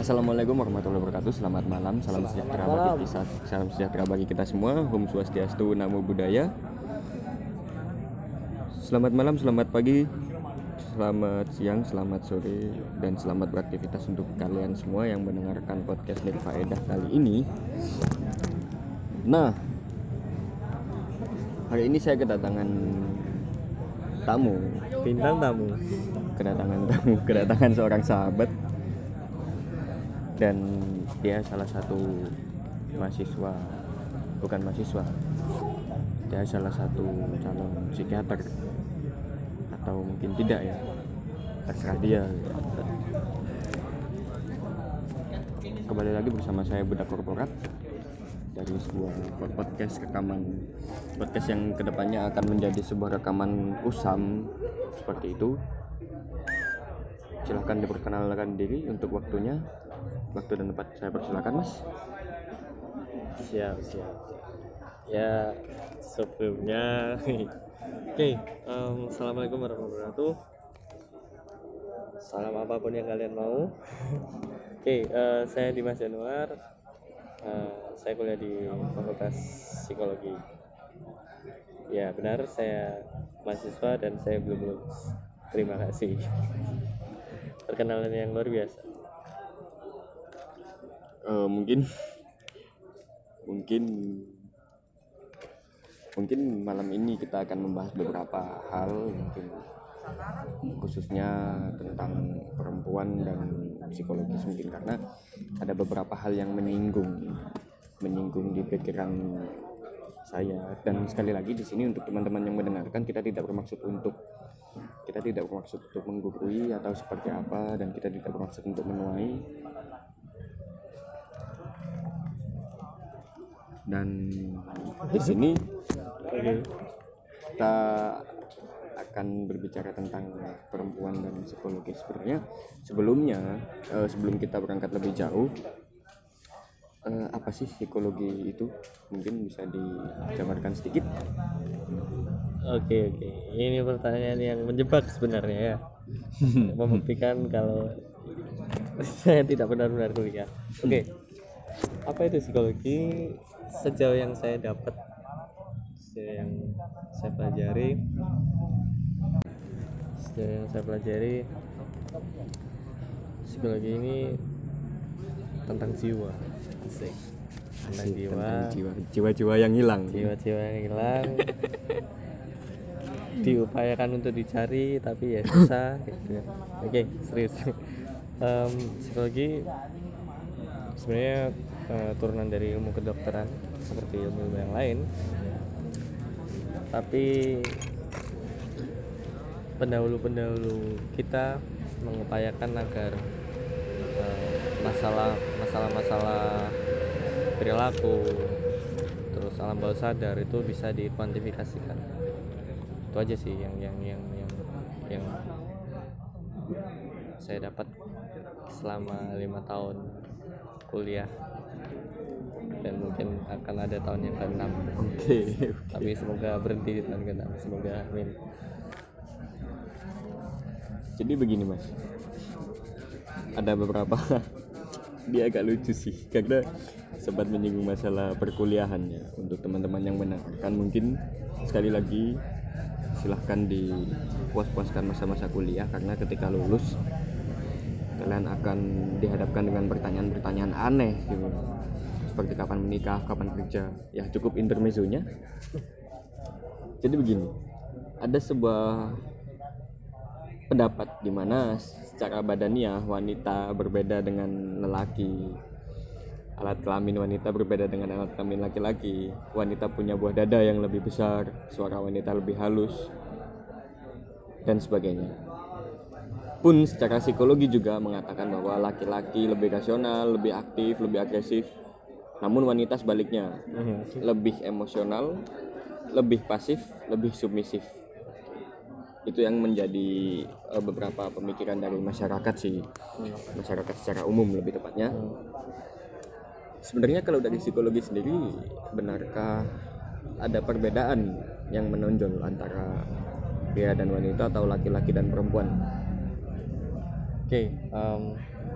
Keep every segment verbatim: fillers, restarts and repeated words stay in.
Assalamualaikum warahmatullahi wabarakatuh. Selamat malam, salam sejahtera bagi kita, salam sejahtera bagi kita semua. Om Swastiastu, Namo Buddhaya. Selamat malam, selamat pagi, selamat siang, selamat sore, dan selamat beraktivitas untuk kalian semua yang mendengarkan podcast Nirfaedah kali ini. Nah, hari ini saya kedatangan tamu, bintang tamu, kedatangan tamu, kedatangan seorang sahabat. Dan dia salah satu mahasiswa, bukan mahasiswa, dia salah satu calon psikiater, atau mungkin tidak ya, terserah dia. Kembali lagi bersama saya Budak Korporat dari sebuah podcast rekaman podcast yang kedepannya akan menjadi sebuah rekaman usam seperti itu. Silahkan diperkenalkan diri untuk waktunya. Waktu dan tempat saya persilakan, Mas. siap siap ya sebelumnya oke okay, um, assalamualaikum warahmatullahi wabarakatuh. Salam apapun yang kalian mau. Oke, okay, uh, saya Dimas Januar, uh, saya kuliah di Fakultas Psikologi. Ya benar, saya mahasiswa dan saya belum lulus. Terima kasih. Perkenalan yang luar biasa. Uh, mungkin mungkin mungkin malam ini kita akan membahas beberapa hal, mungkin khususnya tentang perempuan dan psikologis, mungkin karena ada beberapa hal yang menyinggung menyinggung di pikiran saya. Dan sekali lagi di sini untuk teman-teman yang mendengarkan, kita tidak bermaksud untuk kita tidak bermaksud untuk menggurui atau seperti apa, dan kita tidak bermaksud untuk menuai. Dan di sini kita akan berbicara tentang perempuan dan psikologi. Sebenarnya sebelumnya eh, sebelum kita berangkat lebih jauh, eh, apa sih psikologi itu? Mungkin bisa dijabarkan sedikit. Oke oke, ini pertanyaan yang menjebak sebenarnya ya. Membuktikan kalau saya tidak benar-benar kuliah. Oke, apa itu psikologi? Sejauh yang saya dapat, sejauh yang saya pelajari, sejauh yang saya pelajari, psikologi ini tentang jiwa, asik. Tentang Asik, jiwa, tentang jiwa, jiwa-jiwa yang hilang. jiwa-jiwa yang hilang, diupayakan untuk dicari tapi ya susah. Gitu. Oke, serius. Um, psikologi sebenarnya uh, turunan dari ilmu kedokteran seperti ilmu-ilmu yang lain, tapi pendahulu-pendahulu kita mengupayakan agar uh, masalah masalah-masalah perilaku terus alam bawah sadar itu bisa dikuantifikasikan. Itu aja sih yang yang yang yang yang saya dapat selama lima tahun kuliah, dan mungkin akan ada tahun yang keenam. Oke. Okay, okay. Tapi semoga berhenti di tahun keenam. Semoga, amin. Jadi begini, Mas. Ada beberapa dia agak lucu sih, karena sempat menyinggung masalah perkuliahannya. Untuk teman-teman yang mendengarkan, mungkin sekali lagi silahkan dipuas-puaskan masa-masa kuliah, karena ketika lulus kalian akan dihadapkan dengan pertanyaan-pertanyaan aneh gitu. Seperti kapan menikah, kapan kerja. Ya cukup intermezzonya. Jadi begini, ada sebuah pendapat di mana secara badaniah wanita berbeda dengan lelaki. Alat kelamin wanita berbeda dengan alat kelamin laki-laki. Wanita punya buah dada yang lebih besar, suara wanita lebih halus, dan sebagainya. Pun secara psikologi juga mengatakan bahwa laki-laki lebih rasional, lebih aktif, lebih agresif. Namun wanita sebaliknya, lebih emosional, lebih pasif, lebih submisif. Itu yang menjadi uh, beberapa pemikiran dari masyarakat sih, masyarakat secara umum lebih tepatnya. Sebenarnya kalau dari psikologi sendiri, benarkah ada perbedaan yang menonjol antara pria dan wanita atau laki-laki dan perempuan? Oke, okay, um,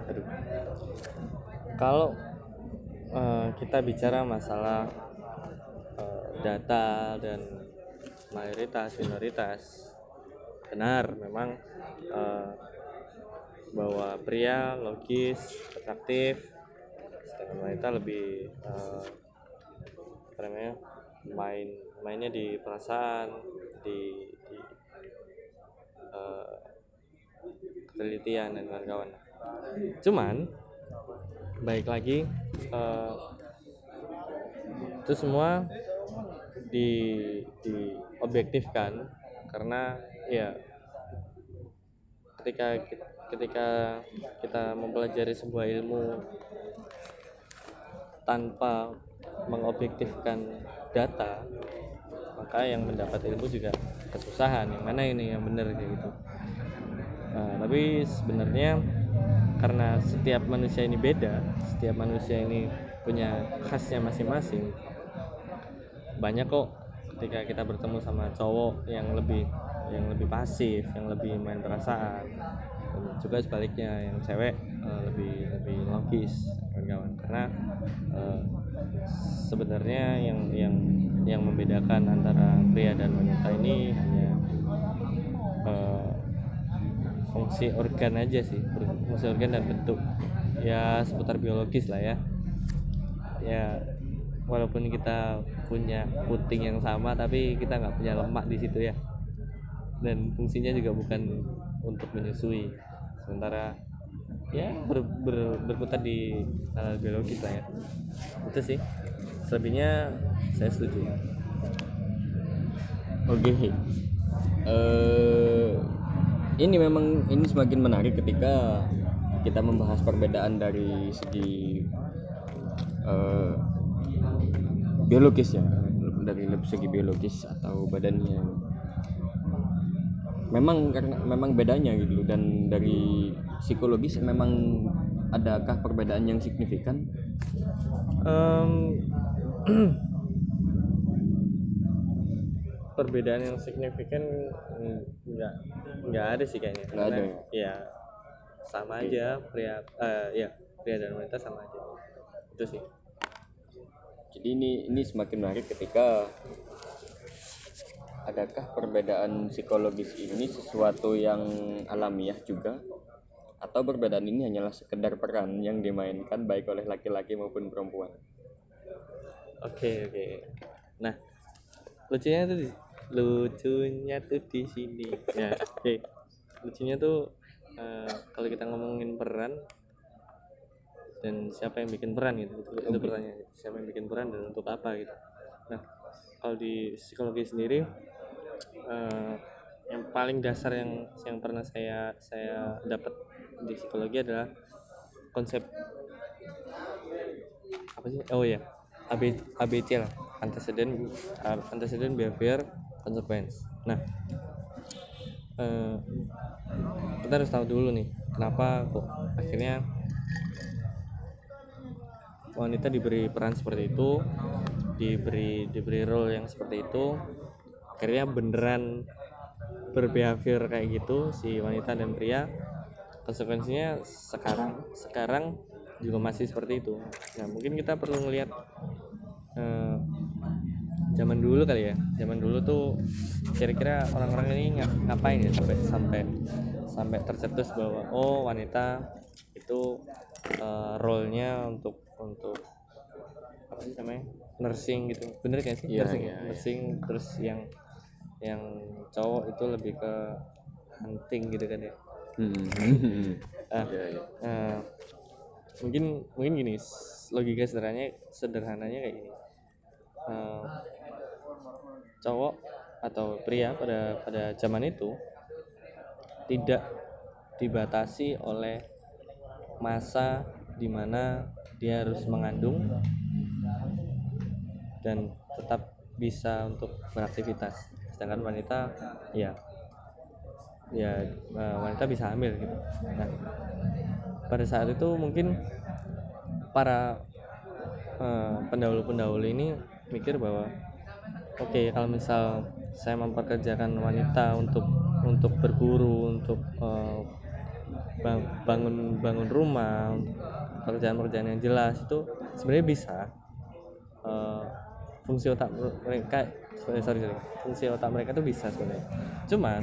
aduh. Kalau uh, kita bicara masalah uh, data dan mayoritas minoritas, benar memang uh, bahwa pria logis, atraktif, sedangkan wanita lebih uh, apa namanya main mainnya di perasaan, di, di uh, penelitian dan kawan-kawan. Cuman baik lagi uh, itu semua di diobjektifkan karena ya ketika ketika kita mempelajari sebuah ilmu tanpa mengobjektifkan data, maka yang mendapat ilmu juga kesusahan, yang mana ini yang benar kayak gitu. Nah, tapi sebenarnya karena setiap manusia ini beda, setiap manusia ini punya khasnya masing-masing. Banyak kok ketika kita bertemu sama cowok yang lebih yang lebih pasif, yang lebih main perasaan, dan juga sebaliknya yang cewek uh, lebih lebih logis, kawan-kawan. Karena uh, sebenarnya yang yang yang membedakan antara pria dan wanita ini hanya uh, fungsi organ aja sih, fungsi organ dan bentuk, ya seputar biologis lah ya. Ya walaupun kita punya puting yang sama, tapi kita nggak punya lemak di situ ya, dan fungsinya juga bukan untuk menyusui, sementara ya ber, ber, berputar di hal biologis lah ya. Itu sih, selebihnya saya setuju. Oke, uh, ini memang ini semakin menarik ketika kita membahas perbedaan dari segi uh, biologis ya, dari segi biologis atau badannya. Memang karena memang bedanya gitu, dan dari psikologis memang adakah perbedaan yang signifikan? Um, perbedaan yang signifikan enggak enggak ada sih kayaknya. Enggak ada. Ya sama aja pria uh, ya pria dan wanita sama aja. Itu sih. Jadi ini ini semakin menarik ketika adakah perbedaan psikologis ini sesuatu yang alamiah juga, atau perbedaan ini hanyalah sekedar peran yang dimainkan baik oleh laki-laki maupun perempuan. Oke oke. Nah, lucunya tuh di, lucunya tuh di sini. Ya, oke. Lucunya tuh uh, kalau kita ngomongin peran dan siapa yang bikin peran gitu, itu, itu pertanyaan, siapa yang bikin peran dan untuk apa gitu. Nah, kalau di psikologi sendiri uh, yang paling dasar yang yang pernah saya saya dapat di psikologi adalah konsep apa sih? Oh ya, A B A B C lah, antecedent uh, antecedent behavior consequence. Nah, uh, kita harus tahu dulu nih kenapa kok akhirnya wanita diberi peran seperti itu, diberi diberi role yang seperti itu, akhirnya beneran berbehavior kayak gitu si wanita dan pria. Konsekuensinya sekarang sekarang juga masih seperti itu. Nah, mungkin kita perlu ngelihat eh, zaman dulu kali ya. Zaman dulu tuh kira-kira orang-orang ini ngapain ya sampai sampai sampai tercetus bahwa oh wanita itu uh, role-nya untuk untuk apa sih namanya, nursing gitu, bener kan sih? Yeah, nursing yeah, nursing yeah. Terus yang yang cowok itu lebih ke hunting gitu kan ya. Hmm. ah, yeah, yeah. Uh, mungkin mungkin gini, logika sederhananya sederhananya kayak gini. Uh, cowok atau pria pada pada zaman itu tidak dibatasi oleh masa di mana dia harus mengandung dan tetap bisa untuk beraktivitas, sedangkan wanita ya ya wanita bisa hamil gitu. Nah, pada saat itu mungkin para uh, pendahulu-pendahulu ini mikir bahwa oke, okay, kalau misal saya memperkerjakan wanita untuk untuk berburu, untuk uh, bang- bangun bangun rumah, pekerjaan-pekerjaan yang jelas itu sebenarnya bisa. Uh, fungsi otak mereka sorry, sorry sorry fungsi otak mereka tuh bisa sebenarnya. Cuman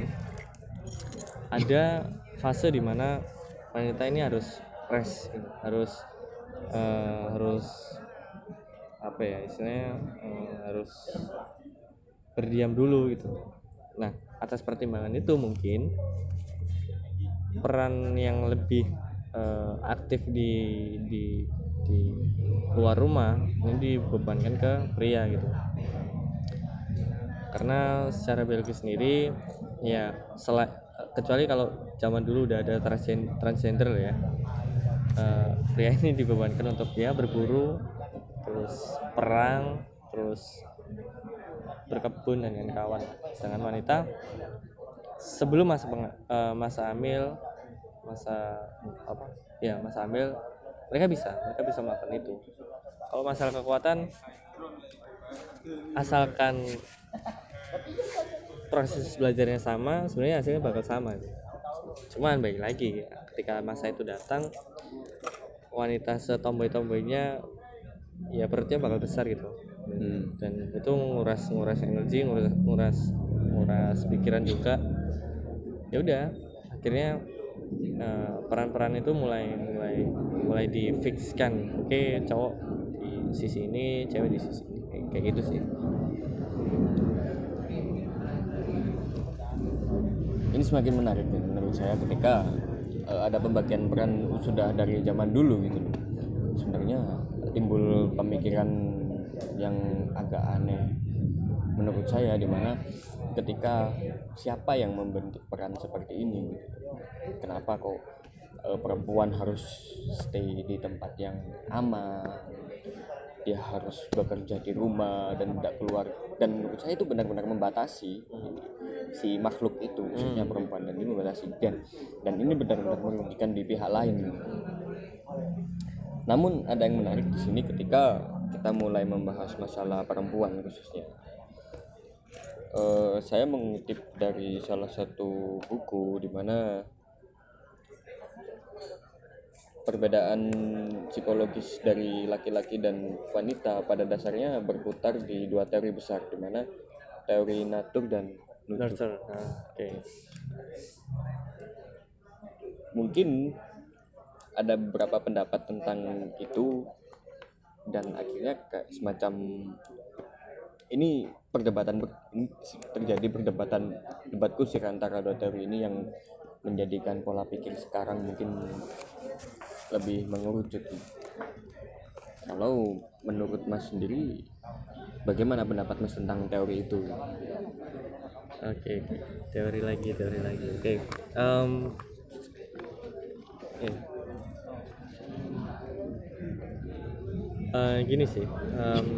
ada fase di mana wanita ini harus rest, gitu. harus uh, harus apa ya istilahnya uh, harus berdiam dulu gitu. Nah, atas pertimbangan itu mungkin peran yang lebih uh, aktif di di di luar rumah ini dibebankan ke pria gitu. Karena secara biologis sendiri ya sel- kecuali kalau zaman dulu udah ada transgen- transgender ya, uh, pria ini dibebankan untuk ya berburu, terus perang, terus berkebun dan kawan-kawan. Sedangkan wanita sebelum masa peng- uh, masa hamil, masa apa? Ya, masa hamil mereka bisa, mereka bisa melakukan itu. Kalau masalah kekuatan, asalkan proses belajarnya sama, sebenarnya hasilnya bakal sama. Cuman baik lagi, ketika masa itu datang, wanita setomboy-tomboynya ya perutnya bakal besar gitu. Hmm. Dan itu nguras nguras energi, nguras nguras nguras pikiran juga. Ya udah, akhirnya uh, peran-peran itu mulai mulai mulai difikskan. Oke, cowok di sisi ini, cewek di sisi ini, kayak gitu sih. Ini semakin menarik ya, menurut saya ketika uh, ada pembagian peran sudah dari zaman dulu gitu. Sebenarnya timbul pemikiran yang agak aneh menurut saya, di mana ketika siapa yang membentuk peran seperti ini gitu. Kenapa kok uh, perempuan harus stay di tempat yang aman, dia harus bekerja di rumah dan tidak keluar, dan menurut saya itu benar-benar membatasi si makhluk itu, khususnya perempuan, dan ini membatasi dan dan ini benar-benar merugikan di pihak lain. Namun ada yang menarik di sini ketika kita mulai membahas masalah perempuan khususnya. Uh, saya mengutip dari salah satu buku di mana perbedaan psikologis dari laki-laki dan wanita pada dasarnya berputar di dua teori besar, di mana teori natur dan nurture. Nah, oke. Okay. Mungkin ada beberapa pendapat tentang itu, dan akhirnya kayak semacam ini perdebatan ini terjadi perdebatan debat kusir antara dua teori ini yang menjadikan pola pikir sekarang mungkin lebih mengerucut. Kalau menurut Mas sendiri, bagaimana pendapat Mas tentang teori itu? Oke, okay, teori lagi, teori lagi. Oke, okay. um, yeah. uh, gini sih, um,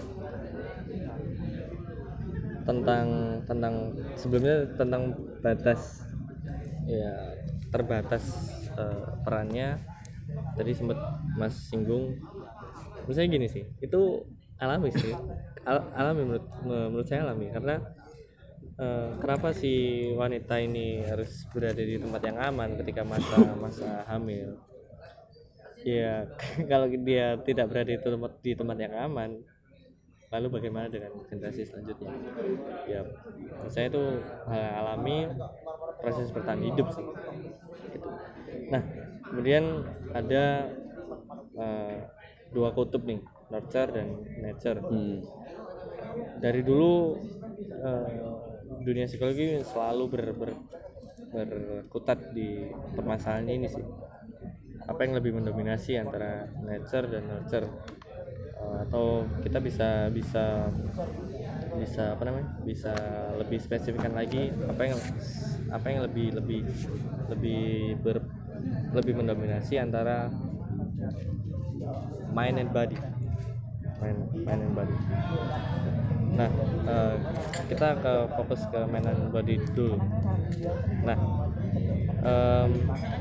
tentang tentang sebelumnya tentang batas, ya terbatas uh, perannya. Tadi sempat Mas singgung. Menurut saya gini sih, itu alami sih, Al- alami menurut menurut saya alami karena Uh, kenapa si wanita ini harus berada di tempat yang aman ketika masa masa hamil? Ya kalau dia tidak berada di tempat di tempat yang aman, lalu bagaimana dengan generasi selanjutnya? Ya, menurut saya itu hal yang alami, proses bertahan hidup sih. Gitu. Nah, kemudian ada uh, dua kutub nih, nurture dan nature. Hmm. Dari dulu uh, dunia psikologi selalu ber, ber, berkutat di permasalahan ini sih. Apa yang lebih mendominasi antara nature dan nurture? Uh, atau kita bisa bisa bisa apa namanya? Bisa lebih spesifikkan lagi apa yang apa yang lebih lebih lebih ber, lebih mendominasi antara mind and body. Mind, mind and body. Nah, uh, kita ke fokus ke mind and body dulu. Nah, um,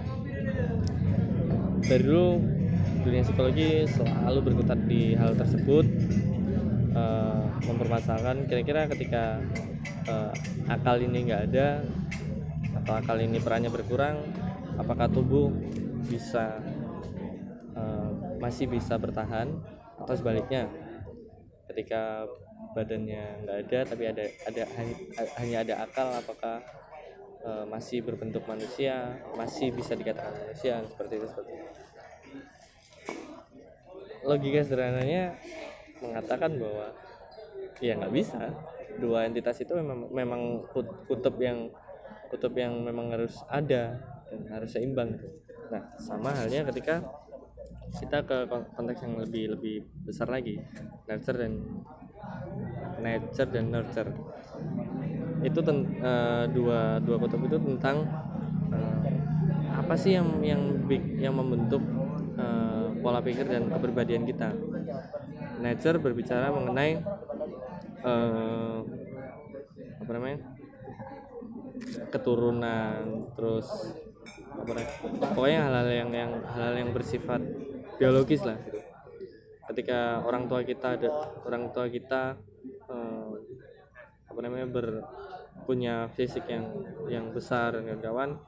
dari dulu dunia psikologi selalu berkutat di hal tersebut, uh, mempermasalahkan kira-kira ketika uh, akal ini nggak ada atau akal ini perannya berkurang, apakah tubuh bisa uh, masih bisa bertahan, atau sebaliknya ketika badannya nggak ada tapi ada ada hanya ada akal, apakah uh, masih berbentuk manusia, masih bisa dikatakan manusia, seperti itu seperti itu. Logika sederhananya mengatakan bahwa ya nggak bisa, dua entitas itu memang memang kutub yang kutub yang memang harus ada dan harus seimbang. Nah, sama halnya ketika kita ke konteks yang lebih lebih besar lagi, nature dan nature dan nurture. Itu ten, uh, dua dua kutub itu tentang uh, apa sih yang yang yang membentuk uh, pola pikir dan kepribadian kita. Nature berbicara mengenai uh, apa namanya? keturunan, terus apa namanya? Pokoknya hal-hal yang yang hal-hal yang bersifat biologis lah gitu. Ketika orang tua kita ada orang tua kita uh, apa namanya ber punya fisik yang yang besar dan kawan,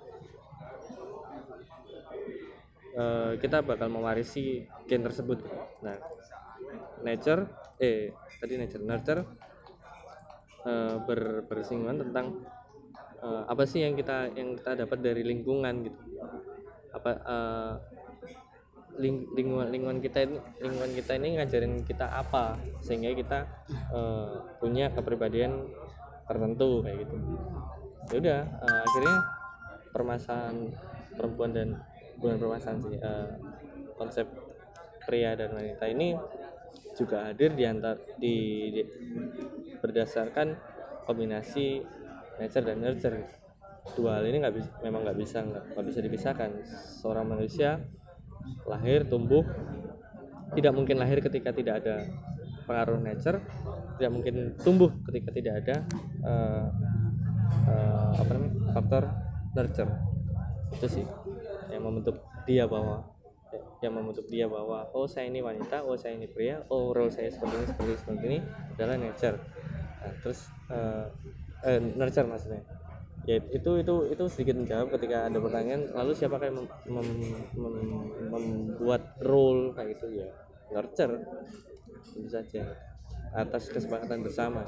uh, kita bakal mewarisi gen tersebut. Nah, nature eh tadi nature nurture uh, ber, bersinggungan tentang uh, apa sih yang kita yang kita dapat dari lingkungan gitu. Apa uh, ling, lingkungan lingkungan kita ini lingkungan kita ini ngajarin kita apa sehingga kita uh, punya kepribadian tertentu kayak gitu. Ya udah, uh, akhirnya permasalahan perempuan dan bukan permasalahan sih, uh, konsep pria dan wanita ini juga hadir di antar di, di berdasarkan kombinasi nature dan nurture. Dua hal ini nggak bisa, memang nggak bisa nggak bisa dipisahkan. Seorang manusia lahir tumbuh tidak mungkin lahir ketika tidak ada pengaruh nature, tidak mungkin tumbuh ketika tidak ada uh, uh, apa namanya faktor nurture. Itu sih yang membentuk dia bahwa yang membentuk dia bahwa oh saya ini wanita, oh saya ini pria, oh role saya seperti ini seperti ini, seperti ini adalah nature. Nah, terus uh, eh, nurture maksudnya. Ya itu itu itu sedikit menjawab ketika ada pertanyaan lalu siapakah yang mem, mem, mem, membuat role kayak gitu, ya nurture tentu saja atas kesepakatan bersama.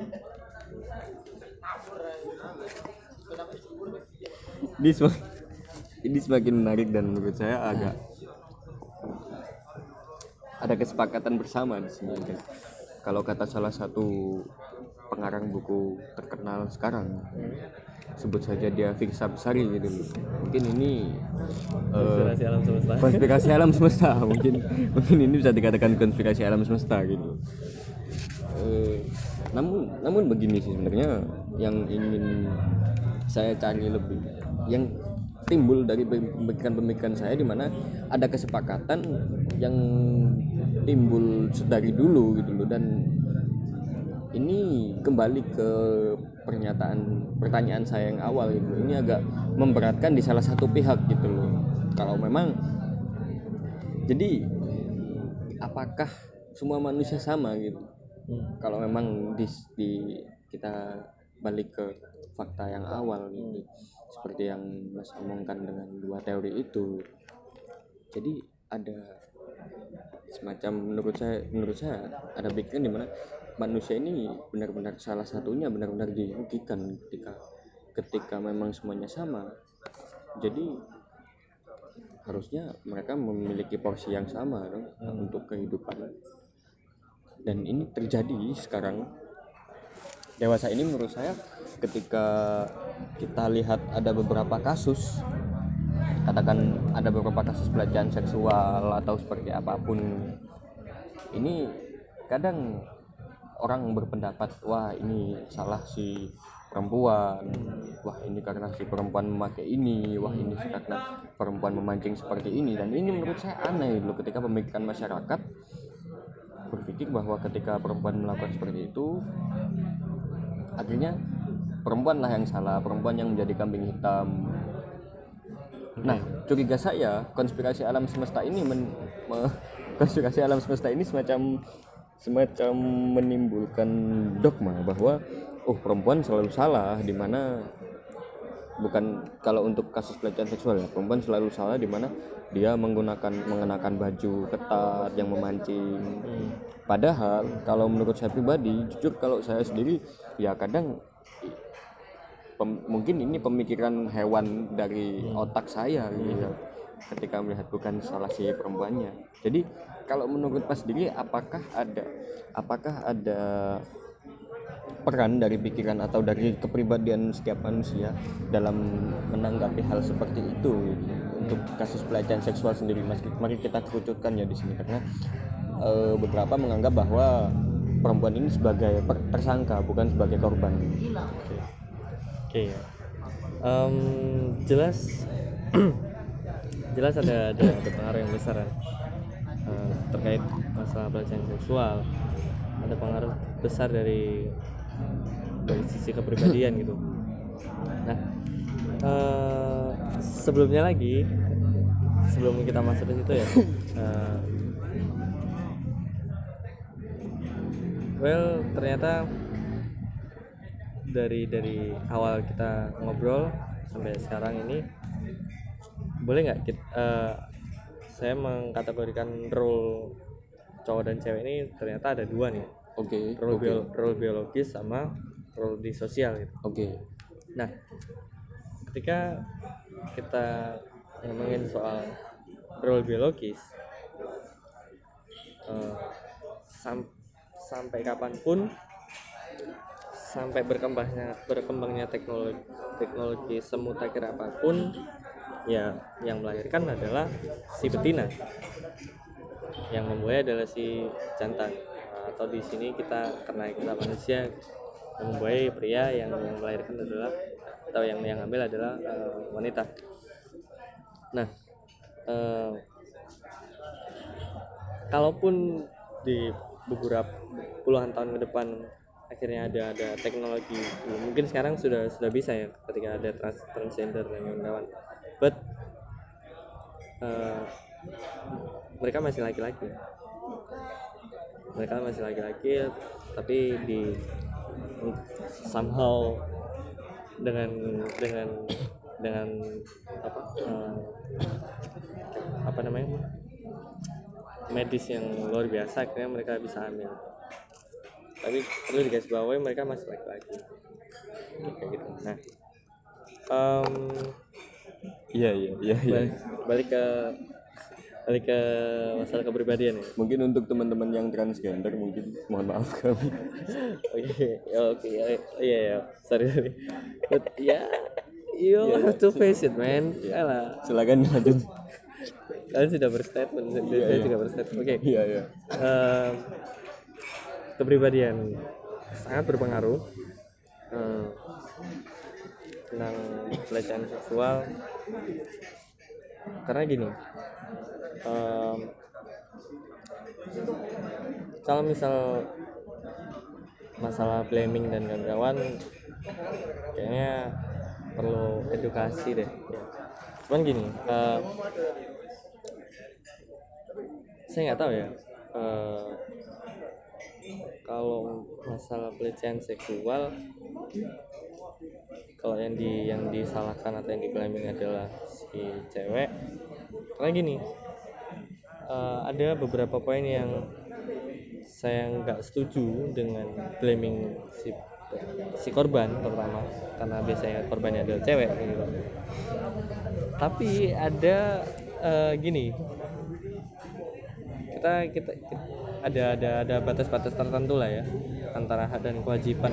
Ini semakin, ini semakin menarik dan menurut saya agak ada kesepakatan bersama di sini. Kalau kata salah satu pengarang buku terkenal sekarang, sebut saja dia Fiksa Besari gitu. Mungkin ini konspirasi uh, alam semesta. Konspirasi alam semesta. mungkin mungkin ini bisa dikatakan konspirasi alam semesta gitu. Uh, namun namun begini sih sebenarnya yang ingin saya cari lebih, yang timbul dari pemikiran-pemikiran saya di mana ada kesepakatan yang timbul dari dulu gitu loh, dan ini kembali ke pernyataan pertanyaan saya yang awal gitu. Ini agak memberatkan di salah satu pihak gitu loh. Kalau memang jadi apakah semua manusia sama gitu? Hmm. Kalau memang di, di kita balik ke fakta yang awal gitu, seperti yang Mas omongkan dengan dua teori itu, jadi ada semacam menurut saya menurut saya ada pikiran di mana manusia ini benar-benar salah satunya benar-benar dirugikan ketika ketika memang semuanya sama. Jadi harusnya mereka memiliki porsi yang sama dong, hmm. untuk kehidupan. Dan ini terjadi sekarang dewasa ini menurut saya ketika kita lihat ada beberapa kasus, katakan ada beberapa kasus pelecehan seksual atau seperti apapun, ini kadang orang berpendapat wah ini salah si perempuan, wah ini karena si perempuan memakai ini, wah ini karena perempuan memancing seperti ini. Dan ini menurut saya aneh loh, ketika pemikiran masyarakat berpikir bahwa ketika perempuan melakukan seperti itu akhirnya perempuan lah yang salah, perempuan yang menjadi kambing hitam. Nah, curiga saya konspirasi alam semesta ini men, me, konspirasi alam semesta ini semacam semacam menimbulkan dogma bahwa oh perempuan selalu salah, di mana bukan kalau untuk kasus pelecehan seksual ya, perempuan selalu salah di mana dia menggunakan mengenakan baju ketat yang memancing. Hmm. Padahal kalau menurut saya pribadi, jujur kalau saya sendiri ya kadang pem, mungkin ini pemikiran hewan dari hmm. otak saya gitu ya, ketika melihat bukan salah si perempuannya. Jadi kalau menurut Mas sendiri, apakah ada apakah ada peran dari pikiran atau dari kepribadian setiap manusia dalam menanggapi hal seperti itu gitu, untuk kasus pelecehan seksual sendiri? Mas, mari kita kerucutkan ya di sini, karena e, beberapa menganggap bahwa perempuan ini sebagai tersangka bukan sebagai korban. Oke, okay. okay. um, jelas jelas ada, ada ada pengaruh yang besar kan? uh, terkait masalah pelecehan seksual. Ada pengaruh besar dari dari sisi kepribadian gitu. Nah, uh, sebelumnya lagi, sebelum kita masuk ke situ ya, uh, well ternyata dari dari awal kita ngobrol sampai sekarang ini, boleh nggak kita, uh, saya mengkategorikan role cowok dan cewek ini ternyata ada dua nih. Oke. Okay, role, okay. bio, role biologis sama role di sosial gitu. Oke. Okay. Nah, ketika kita ngomongin soal role biologis, uh, sam- sampai kapanpun, sampai berkembangnya berkembangnya teknologi teknologi semutakhir apapun, ya yang melahirkan adalah si betina, yang membuaya adalah si jantan. Atau di sini kita, karena kita manusia, yang membuaya pria, yang, yang melahirkan adalah atau yang yang hamil adalah uh, wanita. Nah, uh, kalaupun di beberapa puluhan tahun ke depan akhirnya ada ada teknologi, mungkin sekarang sudah sudah bisa ya ketika ada trans, transgender dan kawan-kawan, but uh, mereka masih laki-laki. mereka masih laki-laki tapi di somehow dengan dengan dengan apa uh, apa namanya medis yang luar biasa, akhirnya mereka bisa hamil. Tapi perlu digarisbawahi mereka masih laki-laki kayak gitu. Nah, um, iya iya iya balik, balik ke balik ke masalah kepribadian ya. Mungkin untuk teman-teman yang transgender mungkin mohon maaf kami. Oke oke iya ya sorry sorry but ya yeah, you yeah, have to face it man. Yeah. Alah. Silakan lanjut. Kalian sudah berstatement, saya yeah, yeah. juga berstatement. Oke. Okay. Iya iya. Uh, kepribadian sangat berpengaruh uh, tentang pelecehan seksual, karena gini, um, kalau misal masalah blaming dan kawan-kawan kayaknya perlu edukasi deh ya. Cuman gini, uh, saya nggak tahu ya, uh, kalau masalah pelecehan seksual, kalau yang di yang disalahkan atau yang di-blaming adalah si cewek, karena gini, uh, ada beberapa poin yang saya nggak setuju dengan blaming si si korban terutama, karena biasanya korbannya adalah cewek gitu. Tapi ada uh, gini, kita, kita kita ada ada ada batas-batas tertentu lah ya antara hak dan kewajiban.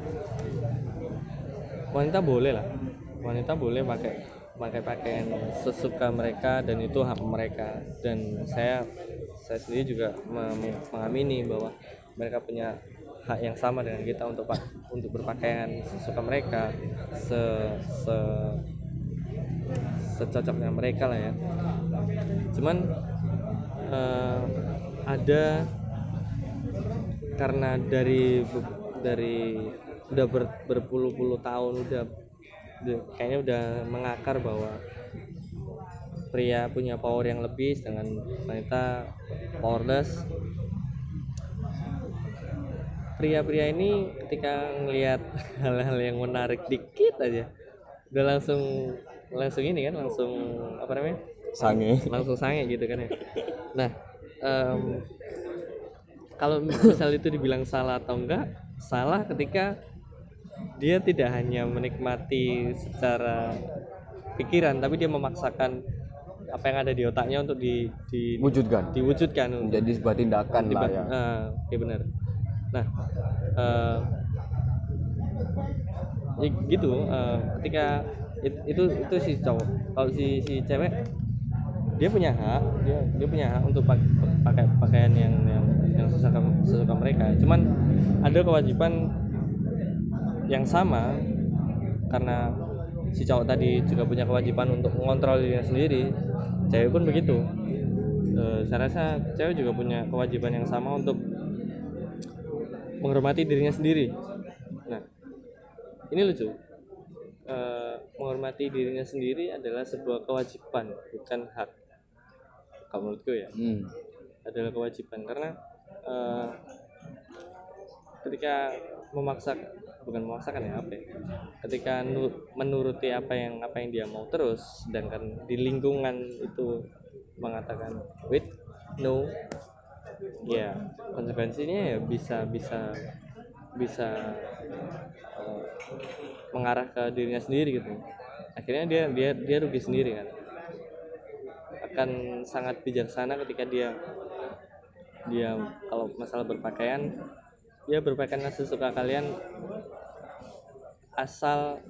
Wanita boleh lah, wanita boleh pakai pakai pakaian sesuka mereka dan itu hak mereka, dan saya saya sendiri juga mengamini bahwa mereka punya hak yang sama dengan kita untuk untuk berpakaian sesuka mereka, se se secocoknya mereka lah ya. Cuman uh, ada, karena dari dari udah ber, berpuluh-puluh tahun udah, udah kayaknya udah mengakar bahwa pria punya power yang lebih sedangkan wanita powerless. Pria-pria ini ketika ngelihat hal-hal yang menarik dikit aja udah langsung langsung ini kan langsung apa namanya sange. langsung sange gitu kan ya. Nah em, kalau misal itu dibilang salah atau enggak, salah ketika dia tidak hanya menikmati secara pikiran tapi dia memaksakan apa yang ada di otaknya untuk di, di Wujudkan. diwujudkan Menjadi sebuah tindakan lah Tiba- ya. ah, iya benar. Nah, eh, ya gitu. eh, ketika it- itu itu si cowok, kalau si si cewek dia punya hak, dia dia punya hak untuk pak- pakai pakaian yang yang yang sesuka sesuka mereka. Cuman ada kewajiban yang sama karena si cowok tadi juga punya kewajiban untuk mengontrol dirinya sendiri. Cewek pun begitu. Eh, saya rasa cewek juga punya kewajiban yang sama untuk menghormati dirinya sendiri. Nah, ini lucu. Eh, menghormati dirinya sendiri adalah sebuah kewajiban, bukan hak. Kalau menurutku ya, Hmm. adalah kewajiban karena eh, ketika memaksa, bukan memaksakan ya apa ya? Ketika nu- menuruti apa yang apa yang dia mau terus, sedangkan di lingkungan itu mengatakan wait no, ya konsekuensinya ya bisa bisa bisa eh, mengarah ke dirinya sendiri gitu. Akhirnya dia dia dia rugi sendiri kan. Akan sangat bijaksana ketika dia dia kalau masalah berpakaian, dia berpakaian sesuka kalian asal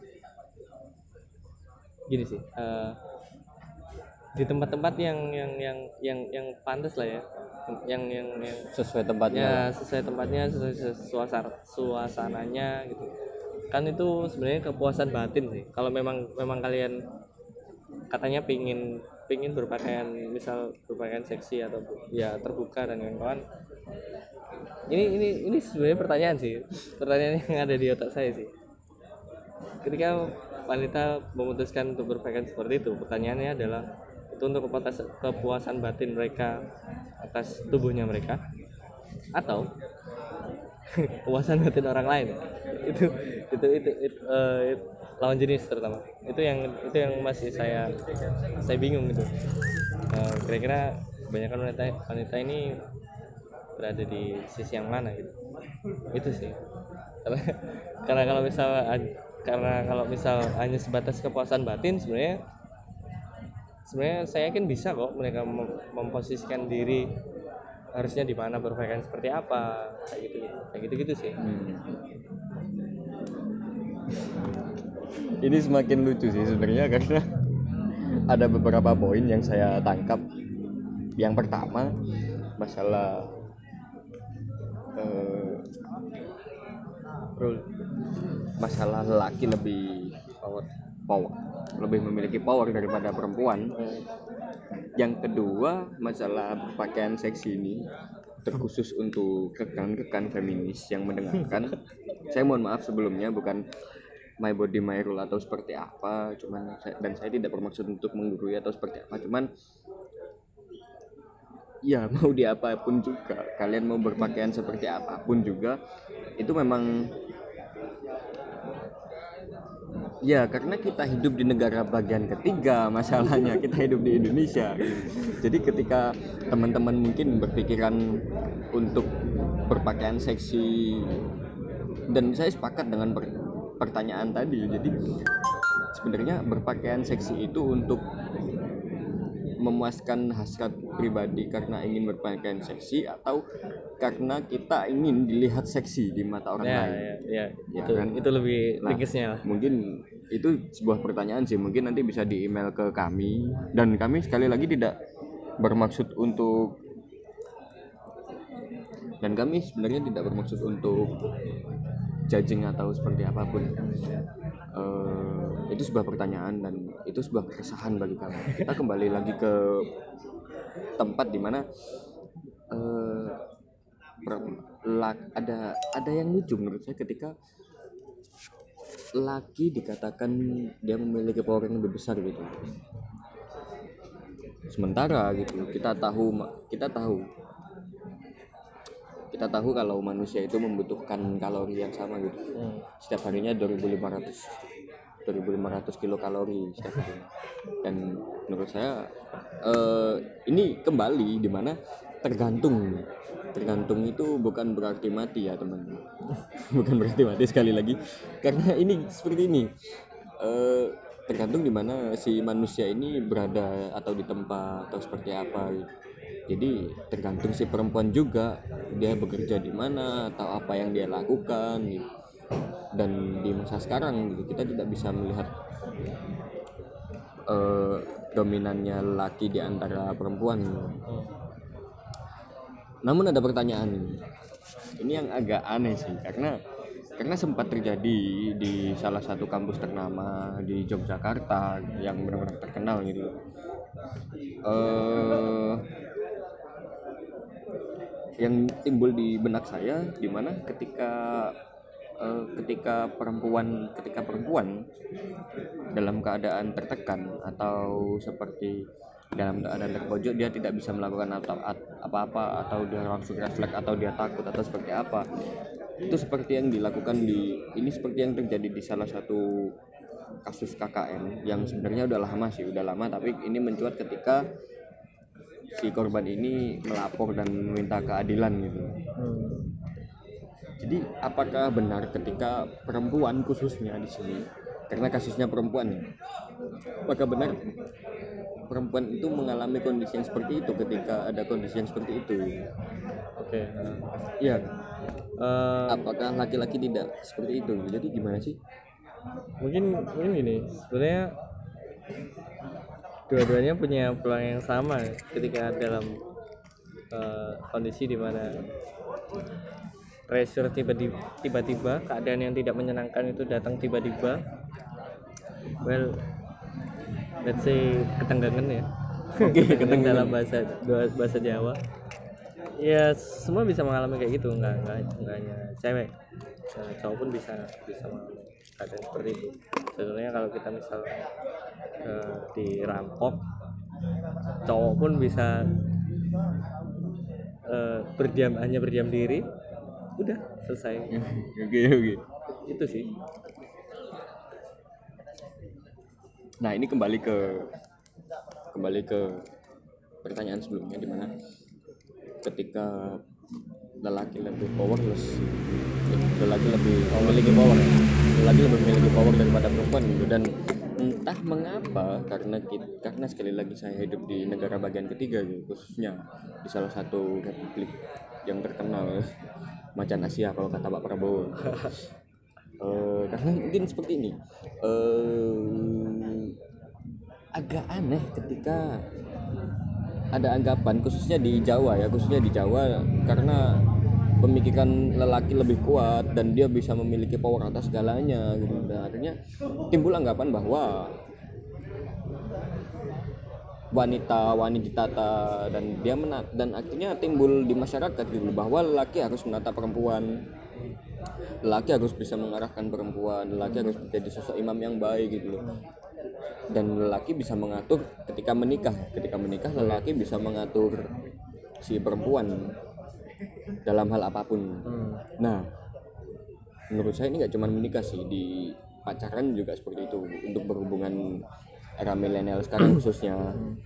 gini sih, eh, di tempat-tempat yang yang yang yang yang pantas lah ya, yang yang yang Sesuai tempatnya. ya sesuai tempatnya, sesuai suasana suasananya gitu kan. Itu sebenarnya kepuasan batin sih kalau memang memang kalian katanya pingin pingin berpakaian, misal berpakaian seksi atau ya terbuka dan kawan-kawan. Ini ini ini sebenarnya pertanyaan sih, pertanyaan yang ada di otak saya sih. Ketika wanita memutuskan untuk berpakaian seperti itu, pertanyaannya adalah itu untuk kepuasan, kepuasan batin mereka atas tubuhnya mereka atau kepuasan batin orang lain. itu itu itu, itu, uh, itu lawan jenis terutama itu yang itu yang masih saya saya bingung gitu. Uh, kira-kira kebanyakan wanita wanita ini berada di sisi yang mana gitu. Itu sih karena karena kalau misal karena kalau misal hanya sebatas kepuasan batin, sebenarnya sebenarnya saya yakin bisa kok mereka mem- memposisikan diri harusnya di mana, berpakaian seperti apa, kayak gitu kayak gitu gitu sih. Hmm. Ini semakin lucu sih sebenarnya karena ada beberapa poin yang saya tangkap. Yang pertama masalah eh, Rule. masalah lelaki lebih power, power, lebih memiliki power daripada perempuan. Yang kedua masalah pakaian seksi ini terkhusus untuk rekan-rekan feminis yang mendengarkan. Saya mohon maaf sebelumnya, bukan my body my rule atau seperti apa, cuman saya, dan saya tidak bermaksud untuk menggurui atau seperti apa, cuman ya mau di apapun juga, kalian mau berpakaian seperti apapun juga, itu memang ya karena kita hidup di negara bagian ketiga, masalahnya kita hidup di Indonesia. Jadi ketika teman-teman mungkin berpikiran untuk berpakaian seksi, dan saya sepakat dengan per- pertanyaan tadi, jadi sebenarnya berpakaian seksi itu untuk memuaskan hasrat pribadi karena ingin berpakaian seksi atau karena kita ingin dilihat seksi di mata orang Ya, lain. ya, ya, Ya itu kan? itu lebih Nah, ringkisnya lah. mungkin itu sebuah pertanyaan sih, mungkin nanti bisa di email ke kami, dan kami sekali lagi tidak bermaksud untuk dan kami sebenarnya tidak bermaksud untuk judging atau seperti apapun. Uh, itu sebuah pertanyaan dan itu sebuah keresahan bagi kami. Kita kembali lagi ke tempat di mana uh, ada ada yang lucu menurut saya ketika laki dikatakan dia memiliki power yang lebih besar gitu. Sementara gitu kita tahu kita tahu kita tahu kalau manusia itu membutuhkan kalori yang sama gitu. Hmm. Setiap harinya dua ribu lima ratus dua ribu lima ratus kilokalori setiap hari. Dan menurut saya eh, ini kembali di mana tergantung tergantung itu bukan berarti mati ya teman, bukan berarti mati sekali lagi, karena ini seperti ini. Eh, tergantung di mana si manusia ini berada atau di tempat atau seperti apa. Jadi tergantung si perempuan juga, dia bekerja di mana atau apa yang dia lakukan gitu. Dan di masa sekarang gitu, kita tidak bisa melihat uh, dominannya laki di antara perempuan. Namun ada pertanyaan ini, ini yang agak aneh sih, karena karena sempat terjadi di salah satu kampus ternama di Yogyakarta yang benar-benar terkenal gitu. Uh, yang timbul di benak saya di mana ketika uh, ketika perempuan ketika perempuan dalam keadaan tertekan atau seperti dalam keadaan terpojok, dia tidak bisa melakukan apa-apa atau dia langsung refleks atau dia takut atau seperti apa. Itu seperti yang dilakukan di ini seperti yang terjadi di salah satu kasus K K N yang sebenarnya udah lama sih, udah lama tapi ini mencuat ketika si korban ini melapor dan meminta keadilan gitu. Hmm. Jadi apakah benar ketika perempuan khususnya di sini, karena kasusnya perempuan, apakah benar perempuan itu mengalami kondisi yang seperti itu ketika ada kondisi yang seperti itu? Oke. Iya. Uh, apakah laki-laki tidak seperti itu? Jadi gimana sih? Mungkin mungkin gini, sebenarnya dua-duanya punya peluang yang sama ketika dalam uh, kondisi di mana pressure tiba-tiba, tiba-tiba keadaan yang tidak menyenangkan itu datang tiba-tiba. Well, let's say ketenggangan ya. Oke, okay, ketenggangan dalam bahasa bahasa Jawa. Ya semua bisa mengalami kayak gitu, nggak nggak nggak hanya cewek, nah, cowok pun bisa bisa mengalami keadaan seperti itu. Sebenarnya kalau kita misal uh, dirampok, cowok pun bisa uh, berdiam hanya berdiam diri, udah selesai. Oke okay, oke. Okay. Itu sih. Nah ini kembali ke kembali ke pertanyaan sebelumnya, di mana ketika lelaki lebih powerless, lelaki lebih memiliki power, lelaki lebih memiliki power daripada perempuan gitu. Dan entah mengapa, karena kita, karena sekali lagi saya hidup di negara bagian ketiga gitu, khususnya di salah satu republik yang terkenal macan Asia kalau kata Pak Prabowo. uh, karena mungkin seperti ini, uh, agak aneh ketika ada anggapan khususnya di Jawa ya, khususnya di Jawa karena pemikiran lelaki lebih kuat dan dia bisa memiliki power atas segalanya gitu. Dan akhirnya timbul anggapan bahwa wanita wanita dan dia menat dan akhirnya timbul di masyarakat gitu bahwa lelaki harus menata perempuan, lelaki harus bisa mengarahkan perempuan, lelaki harus menjadi sosok imam yang baik gitu loh. Dan lelaki bisa mengatur ketika menikah, ketika menikah lelaki bisa mengatur si perempuan dalam hal apapun. Hmm. Nah, menurut saya ini nggak cuma menikah sih, di pacaran juga seperti itu untuk berhubungan era milenial sekarang khususnya.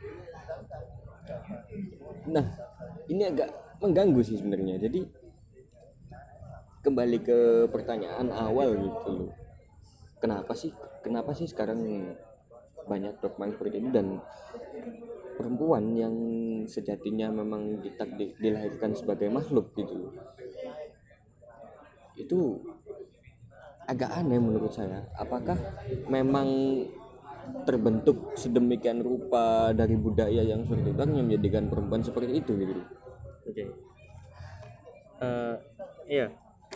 Nah, ini agak mengganggu sih sebenarnya. Jadi kembali ke pertanyaan awal gitu loh. Kenapa sih? Kenapa sih sekarang banyak dogma seperti ini, dan perempuan yang sejatinya memang ditakdir dilahirkan sebagai makhluk gitu, itu agak aneh menurut saya. Apakah memang terbentuk sedemikian rupa dari budaya yang seperti itu yang menjadikan perempuan seperti itu gitu? Oke, okay. uh, iya.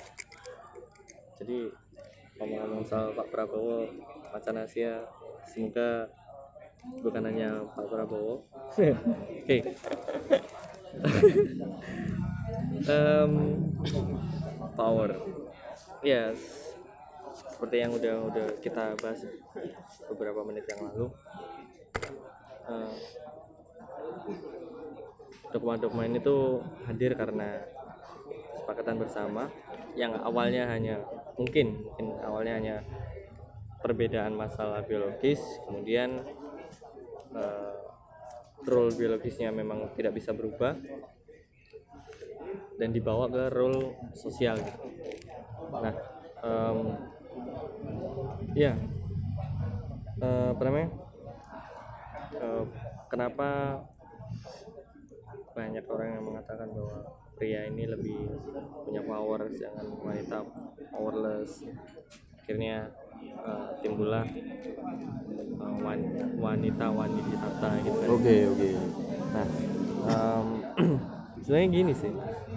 Jadi ngomong-ngomong soal Pak Prabowo macan Asia, semoga bukan hanya Pak Prabowo. Oke. Okay. um, power. Yes. Seperti yang udah udah kita bahas beberapa menit yang lalu. Uh, dogma-dogma ini tuh hadir karena kesepakatan bersama yang awalnya hanya mungkin, mungkin awalnya hanya perbedaan masalah biologis, kemudian uh, role biologisnya memang tidak bisa berubah dan dibawa ke role sosial gitu. Nah, um, ya, uh, apa namanya? Uh, kenapa banyak orang yang mengatakan bahwa pria ini lebih punya power, sedangkan wanita powerless? Akhirnya uh, timbullah uh, wan- wanita wanita gitu kan. Oke oke. Nah, um, sebenarnya gini sih,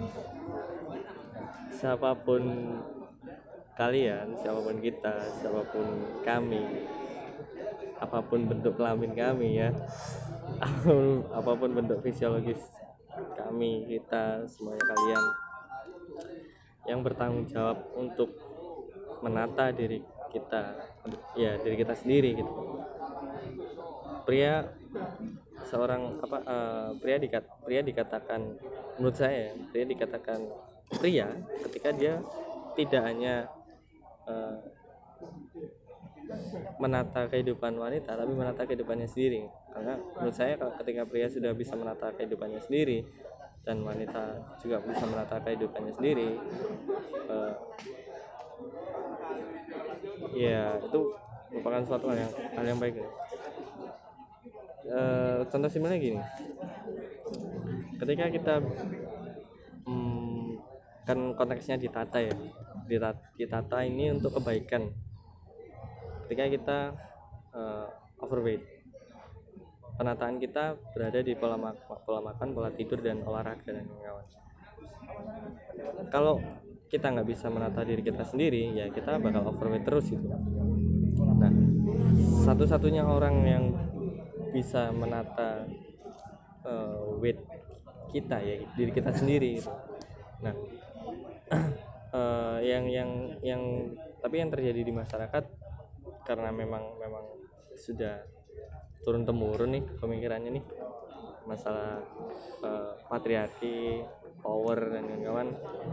siapapun kalian, siapapun kita, siapapun kami, apapun bentuk kelamin kami ya, apapun bentuk fisiologis kami, kita, semuanya kalian yang bertanggung jawab untuk menata diri kita, ya diri kita sendiri gitu. Pria seorang apa uh, pria dikat pria dikatakan menurut saya pria dikatakan pria ketika dia tidak hanya uh, menata kehidupan wanita tapi menata kehidupannya sendiri. Karena menurut saya ketika pria sudah bisa menata kehidupannya sendiri dan wanita juga bisa menata kehidupannya sendiri, uh, ya itu merupakan suatu hal yang hal yang baik. Uh, contoh simpelnya gini, ketika kita hmm, kan konteksnya ditata ya, ditata, ditata ini untuk kebaikan. Ketika kita uh, overweight, penataan kita berada di pola, mak- pola makan, pola tidur, dan olahraga dan kawan-kawan. Kalau kita nggak bisa menata diri kita sendiri, ya kita bakal overweight terus gitu. Nah, satu-satunya orang yang bisa menata uh, weight kita ya diri kita sendiri gitu. Nah, uh, yang yang yang tapi yang terjadi di masyarakat karena memang memang sudah turun temurun nih pemikirannya nih, masalah uh, patriarki, power dan kawan-kawan.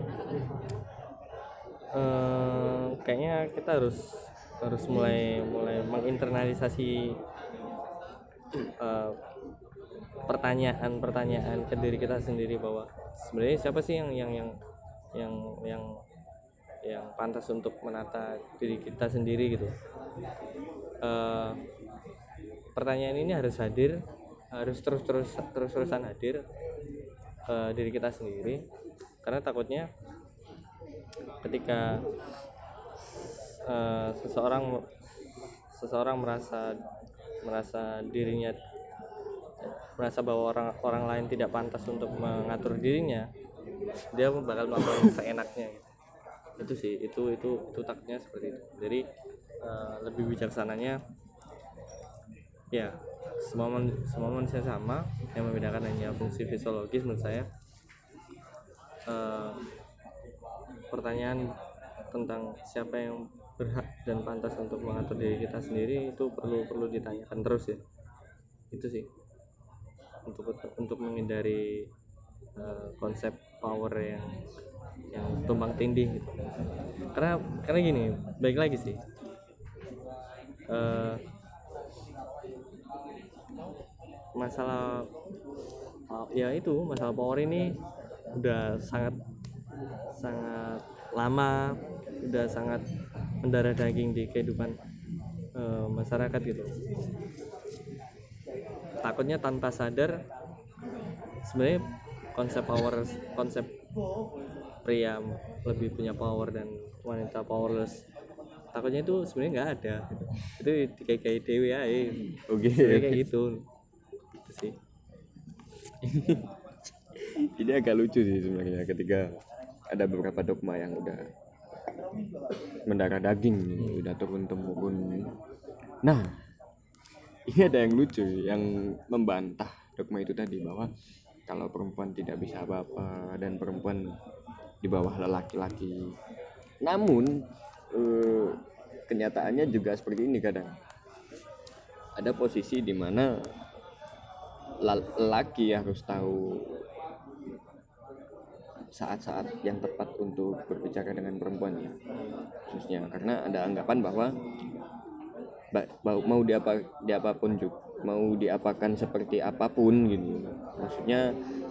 Uh, kayaknya kita harus harus mulai mulai menginternalisasi uh, pertanyaan-pertanyaan ke diri kita sendiri bahwa sebenarnya siapa sih yang yang yang yang yang yang pantas untuk menata diri kita sendiri gitu. Uh, pertanyaan ini harus hadir, harus terus terus terus terusan hadir uh, diri kita sendiri, karena takutnya ketika uh, seseorang seseorang merasa merasa dirinya merasa bahwa orang orang lain tidak pantas untuk mengatur dirinya, dia bakal melakukan seenaknya gitu. Itu sih itu itu itu takutnya seperti itu. Jadi uh, lebih bijaksananya ya semua man, semua manusia sama, yang membedakan hanya fungsi fisiologis menurut saya. Uh, pertanyaan tentang siapa yang berhak dan pantas untuk mengatur diri kita sendiri itu perlu perlu ditanyakan terus ya. Itu sih untuk untuk menghindari uh, konsep power yang yang tumbang tindih gitu. Karena karena gini, baik lagi sih. Uh, masalah uh, ya itu masalah power ini udah sangat sangat lama, udah sangat mendarah daging di kehidupan uh, masyarakat gitu. Takutnya tanpa sadar sebenarnya konsep power, konsep pria lebih punya power dan wanita powerless, takutnya itu sebenarnya nggak ada gitu. Itu kayak dewi ya, Oke kayak gitu. Itu sih. Ini agak lucu sih sebenarnya ketika ada beberapa dogma yang udah mendarah daging, hmm. udah turun temurun. Nah, ini ada yang lucu yang membantah dogma itu tadi, bahwa kalau perempuan tidak bisa apa-apa dan perempuan di bawah lelaki-laki. Namun eh, kenyataannya juga seperti ini kadang. Ada posisi di mana lelaki harus tahu saat-saat yang tepat untuk berbicara dengan perempuan ya, khususnya karena ada anggapan bahwa ba- ba- mau diapa diapapun juga, mau diapakan seperti apapun gitu. Maksudnya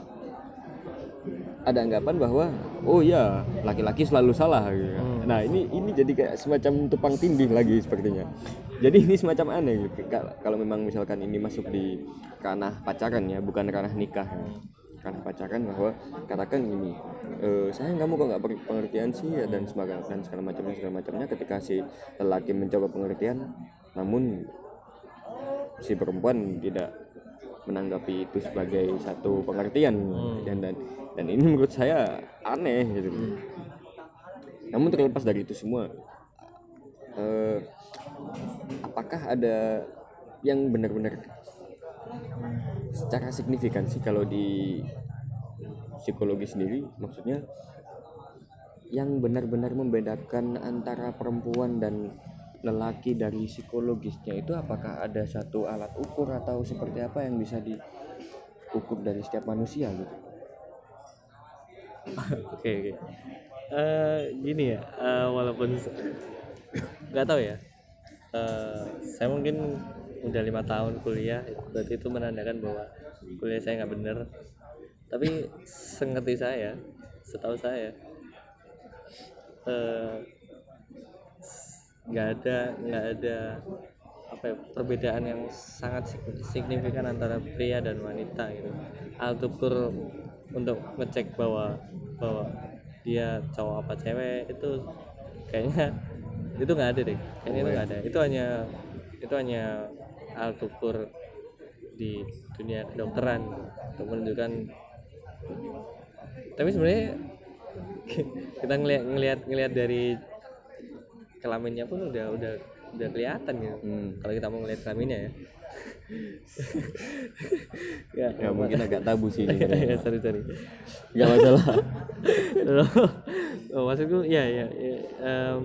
ada anggapan bahwa oh ya laki-laki selalu salah gitu. Hmm. Nah ini ini jadi kayak semacam tupang tindih lagi sepertinya. Jadi ini semacam aneh gitu. Ka- Kalau memang misalkan ini masuk di ranah pacaran ya, bukan ranah nikah. Ya. Ranah pacaran bahwa katakan ini, e, sayang kamu kok nggak ber- pengertian sih ya, dan sebagainya dan segala macamnya segala macamnya. Ketika si lelaki mencoba pengertian, namun si perempuan tidak menanggapi itu sebagai satu pengertian. Hmm. dan dan dan ini menurut saya aneh gitu. Namun terlepas dari itu semua, eh, apakah ada yang benar-benar secara signifikan sih kalau di psikologi sendiri, maksudnya yang benar-benar membedakan antara perempuan dan lelaki dari psikologisnya itu, apakah ada satu alat ukur atau seperti apa yang bisa diukur dari setiap manusia gitu? Oke oke. Eh, gini ya, eh, walaupun se- nggak tahu ya. Eh, saya mungkin udah lima tahun kuliah, berarti itu menandakan bahwa kuliah saya nggak bener. Tapi sengerti saya, setahu saya, eh, nggak ada nggak ada apa ya, perbedaan yang sangat sig- signifikan antara pria dan wanita gitu. Alat ukur untuk ngecek bahwa bahwa dia cowok apa cewek itu kayaknya itu nggak ada deh, kayaknya itu nggak ada. Itu hanya itu hanya alat ukur di dunia kedokteran untuk menunjukkan. Tapi sebenarnya kita ngelihat ngelihat ngelihat dari kelaminnya pun udah udah udah kelihatan gitu. Hmm. Kalau kita mau ngelihat kelaminnya ya. ya, Ya mungkin agak tabu sih ini. ya sorry sorry. Nggak masalah. oh, maksudku ya ya, ya em,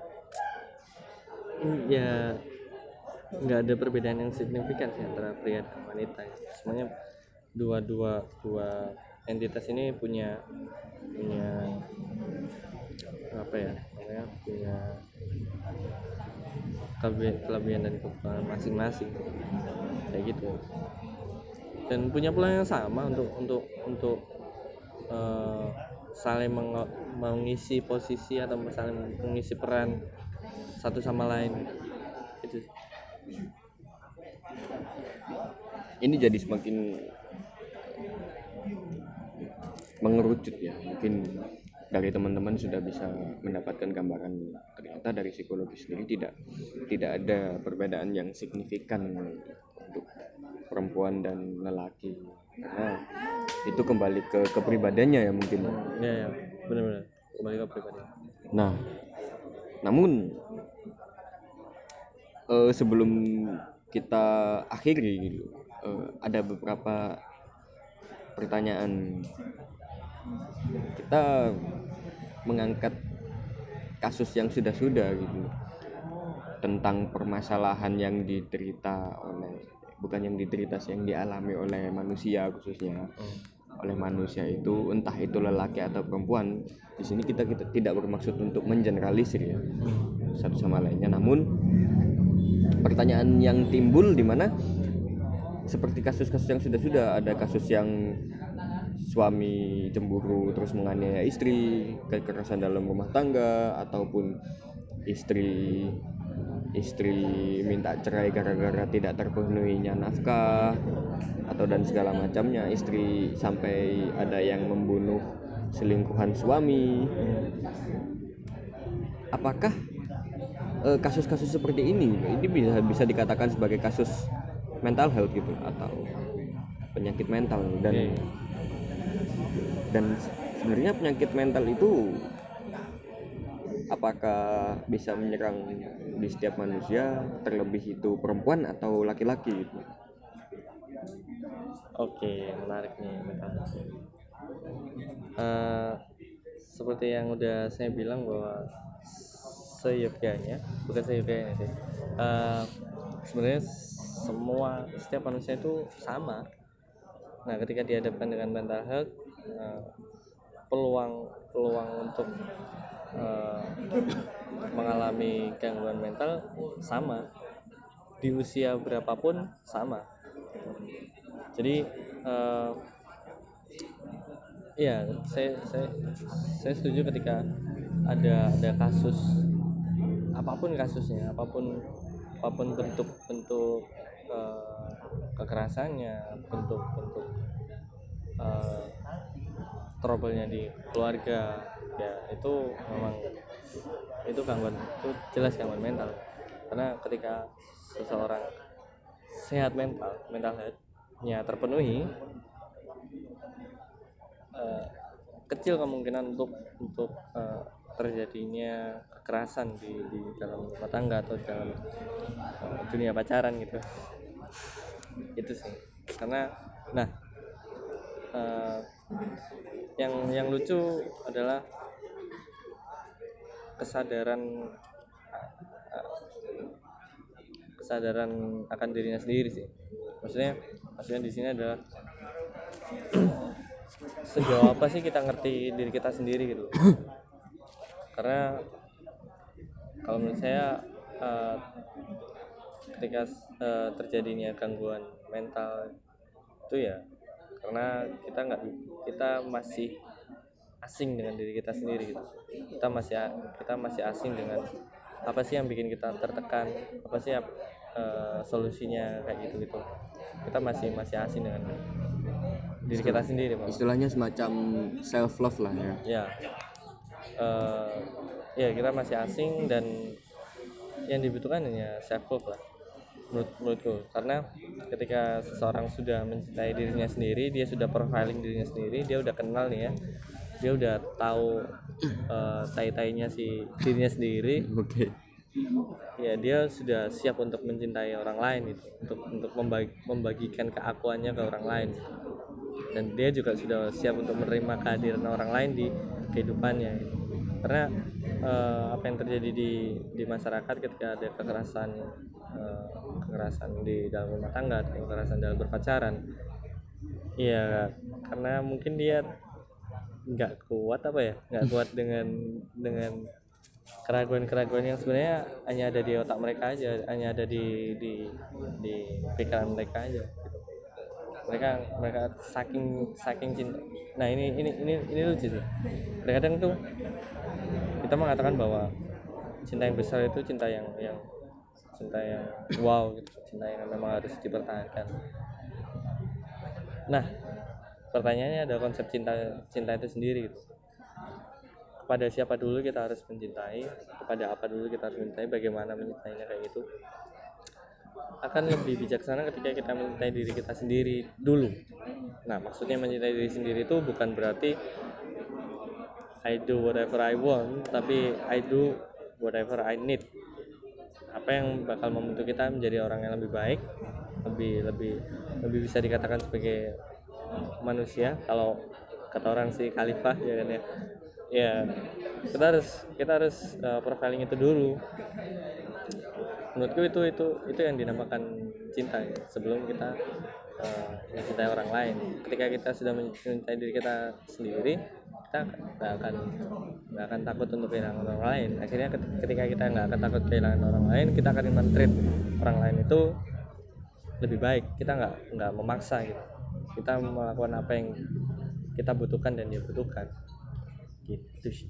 ya nggak ada perbedaan yang signifikan sih antara pria dan wanita ya. Semuanya dua dua dua entitas ini punya punya apa ya namanya, punya kelebihan, kelebihan dan kekurangan masing-masing kayak gitu, dan punya peluang yang sama untuk untuk untuk uh, saling meng- mengisi posisi atau saling mengisi peran satu sama lain itu. Ini jadi semakin mengerucut ya, mungkin dari teman-teman sudah bisa mendapatkan gambaran ternyata dari psikologi sendiri tidak tidak ada perbedaan yang signifikan untuk perempuan dan lelaki, karena itu kembali ke kepribadiannya ya mungkin. Ya ya benar-benar kembali ke pribadi. Nah, namun eh, sebelum kita akhiri gitu, eh, ada beberapa pertanyaan. Kita mengangkat kasus yang sudah-sudah gitu, tentang permasalahan yang diderita oleh, bukan yang diderita sih, yang dialami oleh manusia khususnya oleh manusia itu, entah itu lelaki atau perempuan. Di sini kita, kita tidak bermaksud untuk mengeneralisir ya satu sama lainnya, namun pertanyaan yang timbul di mana seperti kasus-kasus yang sudah-sudah, ada kasus yang suami cemburu terus menganiaya istri, kekerasan dalam rumah tangga, ataupun istri istri minta cerai gara-gara tidak terpenuhinya nafkah atau dan segala macamnya, istri sampai ada yang membunuh selingkuhan suami. Apakah eh, kasus-kasus seperti ini ini bisa bisa dikatakan sebagai kasus mental health gitu, atau penyakit mental? Dan Okay. dan sebenarnya penyakit mental itu apakah bisa menyerang di setiap manusia, terlebih itu perempuan atau laki-laki gitu? Oke, menarik nih mental. Uh, seperti yang udah saya bilang bahwa seyogyanya, bukan seyogyanya sih. Uh, sebenarnya semua setiap manusia itu sama. Nah, ketika dihadapkan dengan mental health, uh, peluang peluang untuk uh, mengalami gangguan mental sama. di usia berapapun sama. Jadi uh, ya saya saya saya setuju ketika ada ada kasus, apapun kasusnya, apapun apapun bentuk-bentuk uh, kekerasannya, bentuk-bentuk uh, trouble-nya di keluarga, ya itu memang itu gangguan, itu jelas gangguan mental. Karena ketika seseorang sehat mental, mental health-nya terpenuhi, uh, kecil kemungkinan untuk untuk uh, terjadinya kekerasan di, di dalam rumah tangga atau dalam uh, dunia pacaran gitu. Itu sih. Karena nah uh, yang yang lucu adalah kesadaran kesadaran akan dirinya sendiri sih. Maksudnya maksudnya di sini adalah sejauh apa sih kita ngerti diri kita sendiri gitu. Karena kalau menurut saya uh, ketika uh, terjadinya gangguan mental itu ya karena kita nggak kita masih asing dengan diri kita sendiri gitu. Kita masih kita masih asing dengan apa sih yang bikin kita tertekan, apa sih uh, solusinya kayak gitu gitu. Kita masih masih asing dengan diri kita sendiri, Bang. Istilahnya semacam self love lah ya. Ya. Uh, ya kita masih asing dan yang dibutuhkan hanya self love lah menurut menurutku. Karena ketika seseorang sudah mencintai dirinya sendiri, dia sudah profiling dirinya sendiri, dia udah kenal nih ya, dia udah tahu uh, tai-tainya si dirinya sendiri. Oke. Okay. Ya dia sudah siap untuk mencintai orang lain gitu, untuk untuk membagi, membagikan keakuannya ke orang lain, dan dia juga sudah siap untuk menerima kehadiran orang lain di kehidupannya gitu. Karena uh, apa yang terjadi di di masyarakat ketika ada kekerasan uh, kekerasan di dalam rumah tangga atau kekerasan dalam berpacaran, ya karena mungkin dia nggak kuat apa ya nggak kuat dengan dengan keraguan-keraguan yang sebenarnya hanya ada di otak mereka aja, hanya ada di di di pikiran mereka aja gitu. mereka mereka saking saking cinta. Nah ini ini ini ini lucu sih. Kadang tuh kita mengatakan bahwa cinta yang besar itu cinta yang yang cinta yang wow gitu, cinta yang memang harus dipertahankan. Nah pertanyaannya ada konsep cinta cinta itu sendiri gitu. Kepada siapa dulu kita harus mencintai, kepada apa dulu kita harus mencintai, bagaimana mencintainya kayak gitu. Akan lebih bijaksana ketika kita mencintai diri kita sendiri dulu. Nah maksudnya mencintai diri sendiri itu bukan berarti I do whatever I want, tapi I do whatever I need. Apa yang bakal membentuk kita menjadi orang yang lebih baik, lebih lebih lebih bisa dikatakan sebagai manusia. Kalau kata orang sih khalifah ya kan ya. Ya kita harus kita harus uh, profiling itu dulu. Menurutku itu itu itu yang dinamakan cinta ya, sebelum kita uh, mencintai orang lain. Ketika kita sudah mencintai diri kita sendiri, kita nggak akan nggak akan takut untuk kehilangan orang lain. Akhirnya ketika kita nggak akan takut kehilangan orang lain, kita akan men-treat orang lain itu lebih baik. Kita nggak nggak memaksa gitu. Kita melakukan apa yang kita butuhkan dan dia butuhkan. Gitu sih.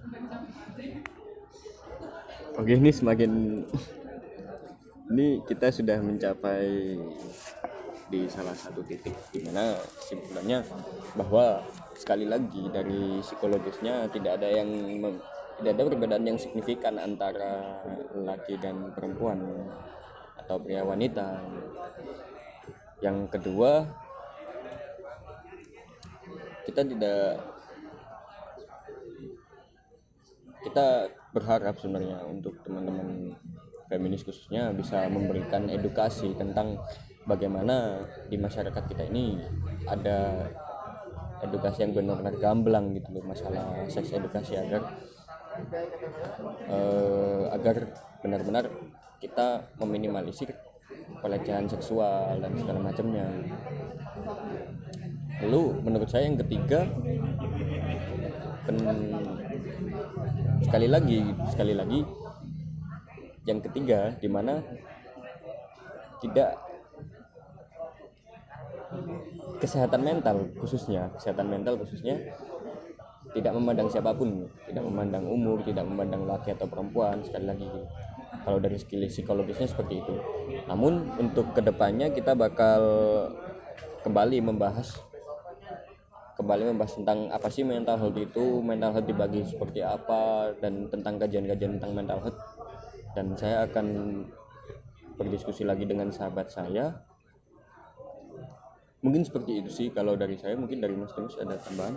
Oke, ini semakin ini kita sudah mencapai di salah satu titik di mana kesimpulannya bahwa sekali lagi dari psikologisnya tidak ada yang mem, tidak ada perbedaan yang signifikan antara laki dan perempuan atau pria wanita. Yang kedua, kita tidak kita berharap sebenarnya untuk teman-teman feminis khususnya bisa memberikan edukasi tentang bagaimana di masyarakat kita ini ada edukasi yang benar-benar gamblang gitu loh, masalah seks edukasi, agar eh, agar benar-benar kita meminimalisir pelecehan seksual dan segala macamnya. Lalu menurut saya yang ketiga, pen, sekali lagi sekali lagi yang ketiga di mana tidak kesehatan mental khususnya kesehatan mental khususnya tidak memandang siapapun, tidak memandang umur, tidak memandang laki atau perempuan. Sekali lagi kalau dari skill psikologisnya seperti itu. Namun untuk kedepannya kita bakal kembali membahas kembali membahas tentang apa sih mental health itu, mental health dibagi seperti apa, dan tentang kajian-kajian tentang mental health. Dan saya akan berdiskusi lagi dengan sahabat saya. Mungkin seperti itu sih kalau dari saya. Mungkin dari Mas Demus ada tambahan?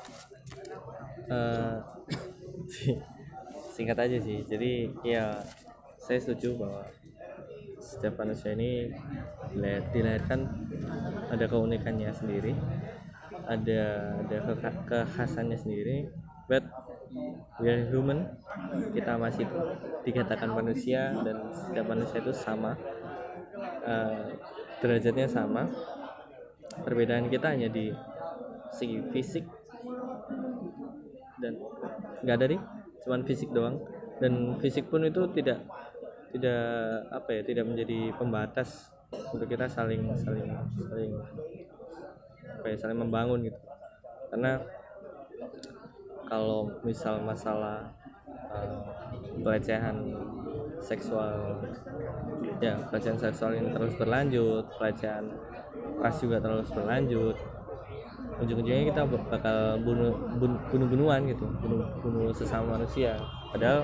Uh, singkat aja sih. Jadi ya saya setuju bahwa setiap manusia ini dilahirkan ada keunikannya sendiri, ada ada kekhasannya sendiri, but we are human, kita masih dikatakan manusia, dan setiap manusia itu sama, uh, derajatnya sama. Perbedaan kita hanya di segi fisik, dan nggak ada nih, cuman fisik doang. Dan fisik pun itu tidak tidak apa ya tidak menjadi pembatas untuk kita saling saling saling apa ya, saling membangun gitu. Karena kalau misal masalah uh, pelecehan seksual ya pelecehan seksual ini terus berlanjut, pelecehan ras juga terus berlanjut, ujung-ujungnya kita bakal bunuh bunuh bunuh-bunuhan gitu, bunuh bunuh sesama manusia. Padahal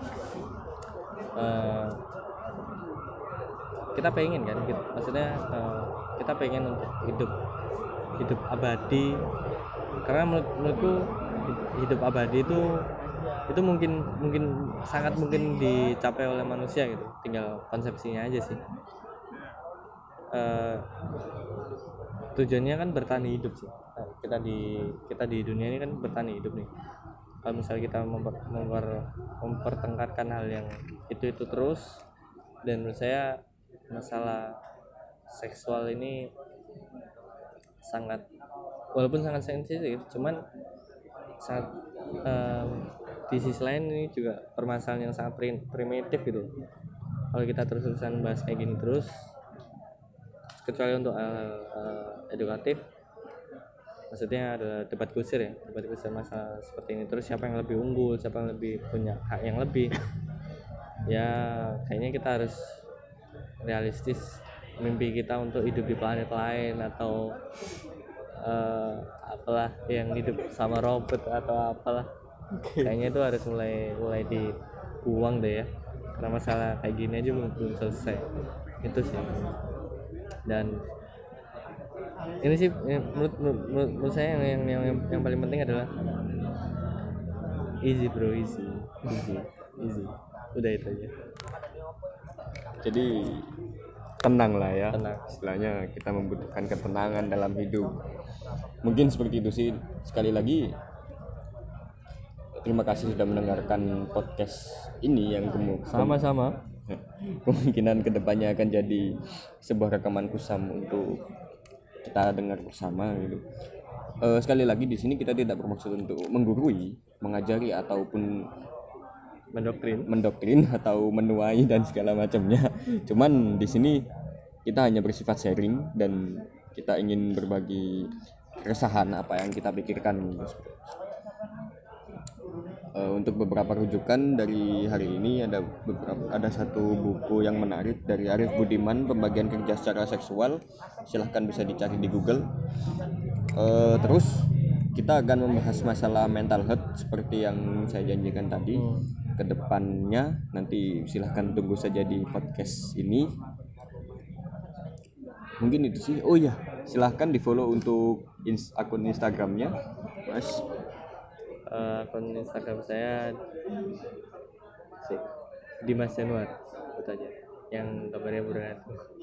uh, kita pengen kan gitu. Maksudnya uh, kita pengen untuk hidup hidup abadi, karena menurut, menurutku hidup abadi itu itu mungkin mungkin sangat mungkin dicapai oleh manusia gitu, tinggal konsepsinya aja sih. Uh, tujuannya kan bertahan hidup sih. Nah, kita di kita di dunia ini kan bertahan hidup nih. Kalau misalnya kita memper, memper, mempertengkarkan hal yang itu itu terus, dan menurut saya masalah seksual ini sangat, walaupun sangat sensitif, cuman sangat um, di sisi lain ini juga permasalahan yang sangat primitif gitu. Kalau kita terus-terusan bahas kayak gini terus, kecuali untuk uh, uh, edukatif, maksudnya ada debat kusir ya, debat kusir masalah seperti ini terus, siapa yang lebih unggul, siapa yang lebih punya hak yang lebih, ya kayaknya kita harus realistis. Mimpi kita untuk hidup di planet lain atau uh, apalah yang hidup sama robot atau apalah, kayaknya itu harus mulai mulai dibuang deh ya, karena masalah kayak gini aja belum, belum selesai itu sih. Dan ini sih menurut, menurut, menurut saya yang, yang yang yang paling penting adalah easy bro, easy easy easy udah itu aja. Jadi tenang lah ya, tenang. Istilahnya kita membutuhkan ketenangan dalam hidup. Mungkin seperti itu sih. Sekali lagi terima kasih sudah mendengarkan podcast ini yang kemu- sama-sama kemungkinan kedepannya akan jadi sebuah rekaman kusam untuk kita dengar bersama gitu. Uh, sekali lagi di sini kita tidak bermaksud untuk menggurui, mengajari ataupun mendoktrin, mendoktrin atau menuai dan segala macamnya. Cuman di sini kita hanya bersifat sharing dan kita ingin berbagi keresahan apa yang kita pikirkan. Uh, untuk beberapa rujukan dari hari ini ada beberapa ada satu buku yang menarik dari Arif Budiman, Pembagian Kerja Secara Seksual. Silahkan bisa dicari di Google. Uh, terus kita akan membahas masalah mental health seperti yang saya janjikan tadi. Hmm. Kedepannya nanti silahkan tunggu saja di podcast ini. Mungkin itu sih. Oh iya, silahkan di follow untuk ins- akun Instagramnya Mas. Uh, akun Instagram saya si Dimas Januar, itu aja yang gambarnya berat.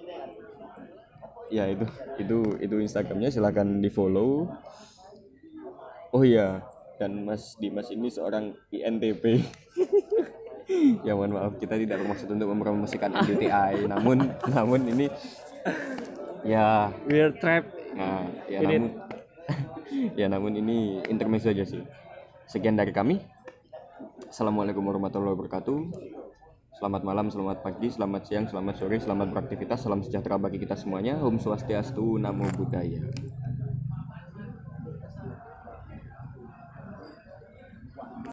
Ya itu itu itu Instagramnya, silahkan di follow. Oh iya, dan Mas Dimas ini seorang I N T P. Ya mohon maaf, kita tidak bermaksud untuk mempromosikan M B T I, namun namun ini ya we are trapped. Nah, ya namun ya namun ini intermezzo aja sih. Sekian dari kami. Assalamualaikum warahmatullahi wabarakatuh. Selamat malam, selamat pagi, selamat siang, selamat sore, selamat beraktivitas, salam sejahtera bagi kita semuanya. Om Swastiastu, Namo Buddhaya.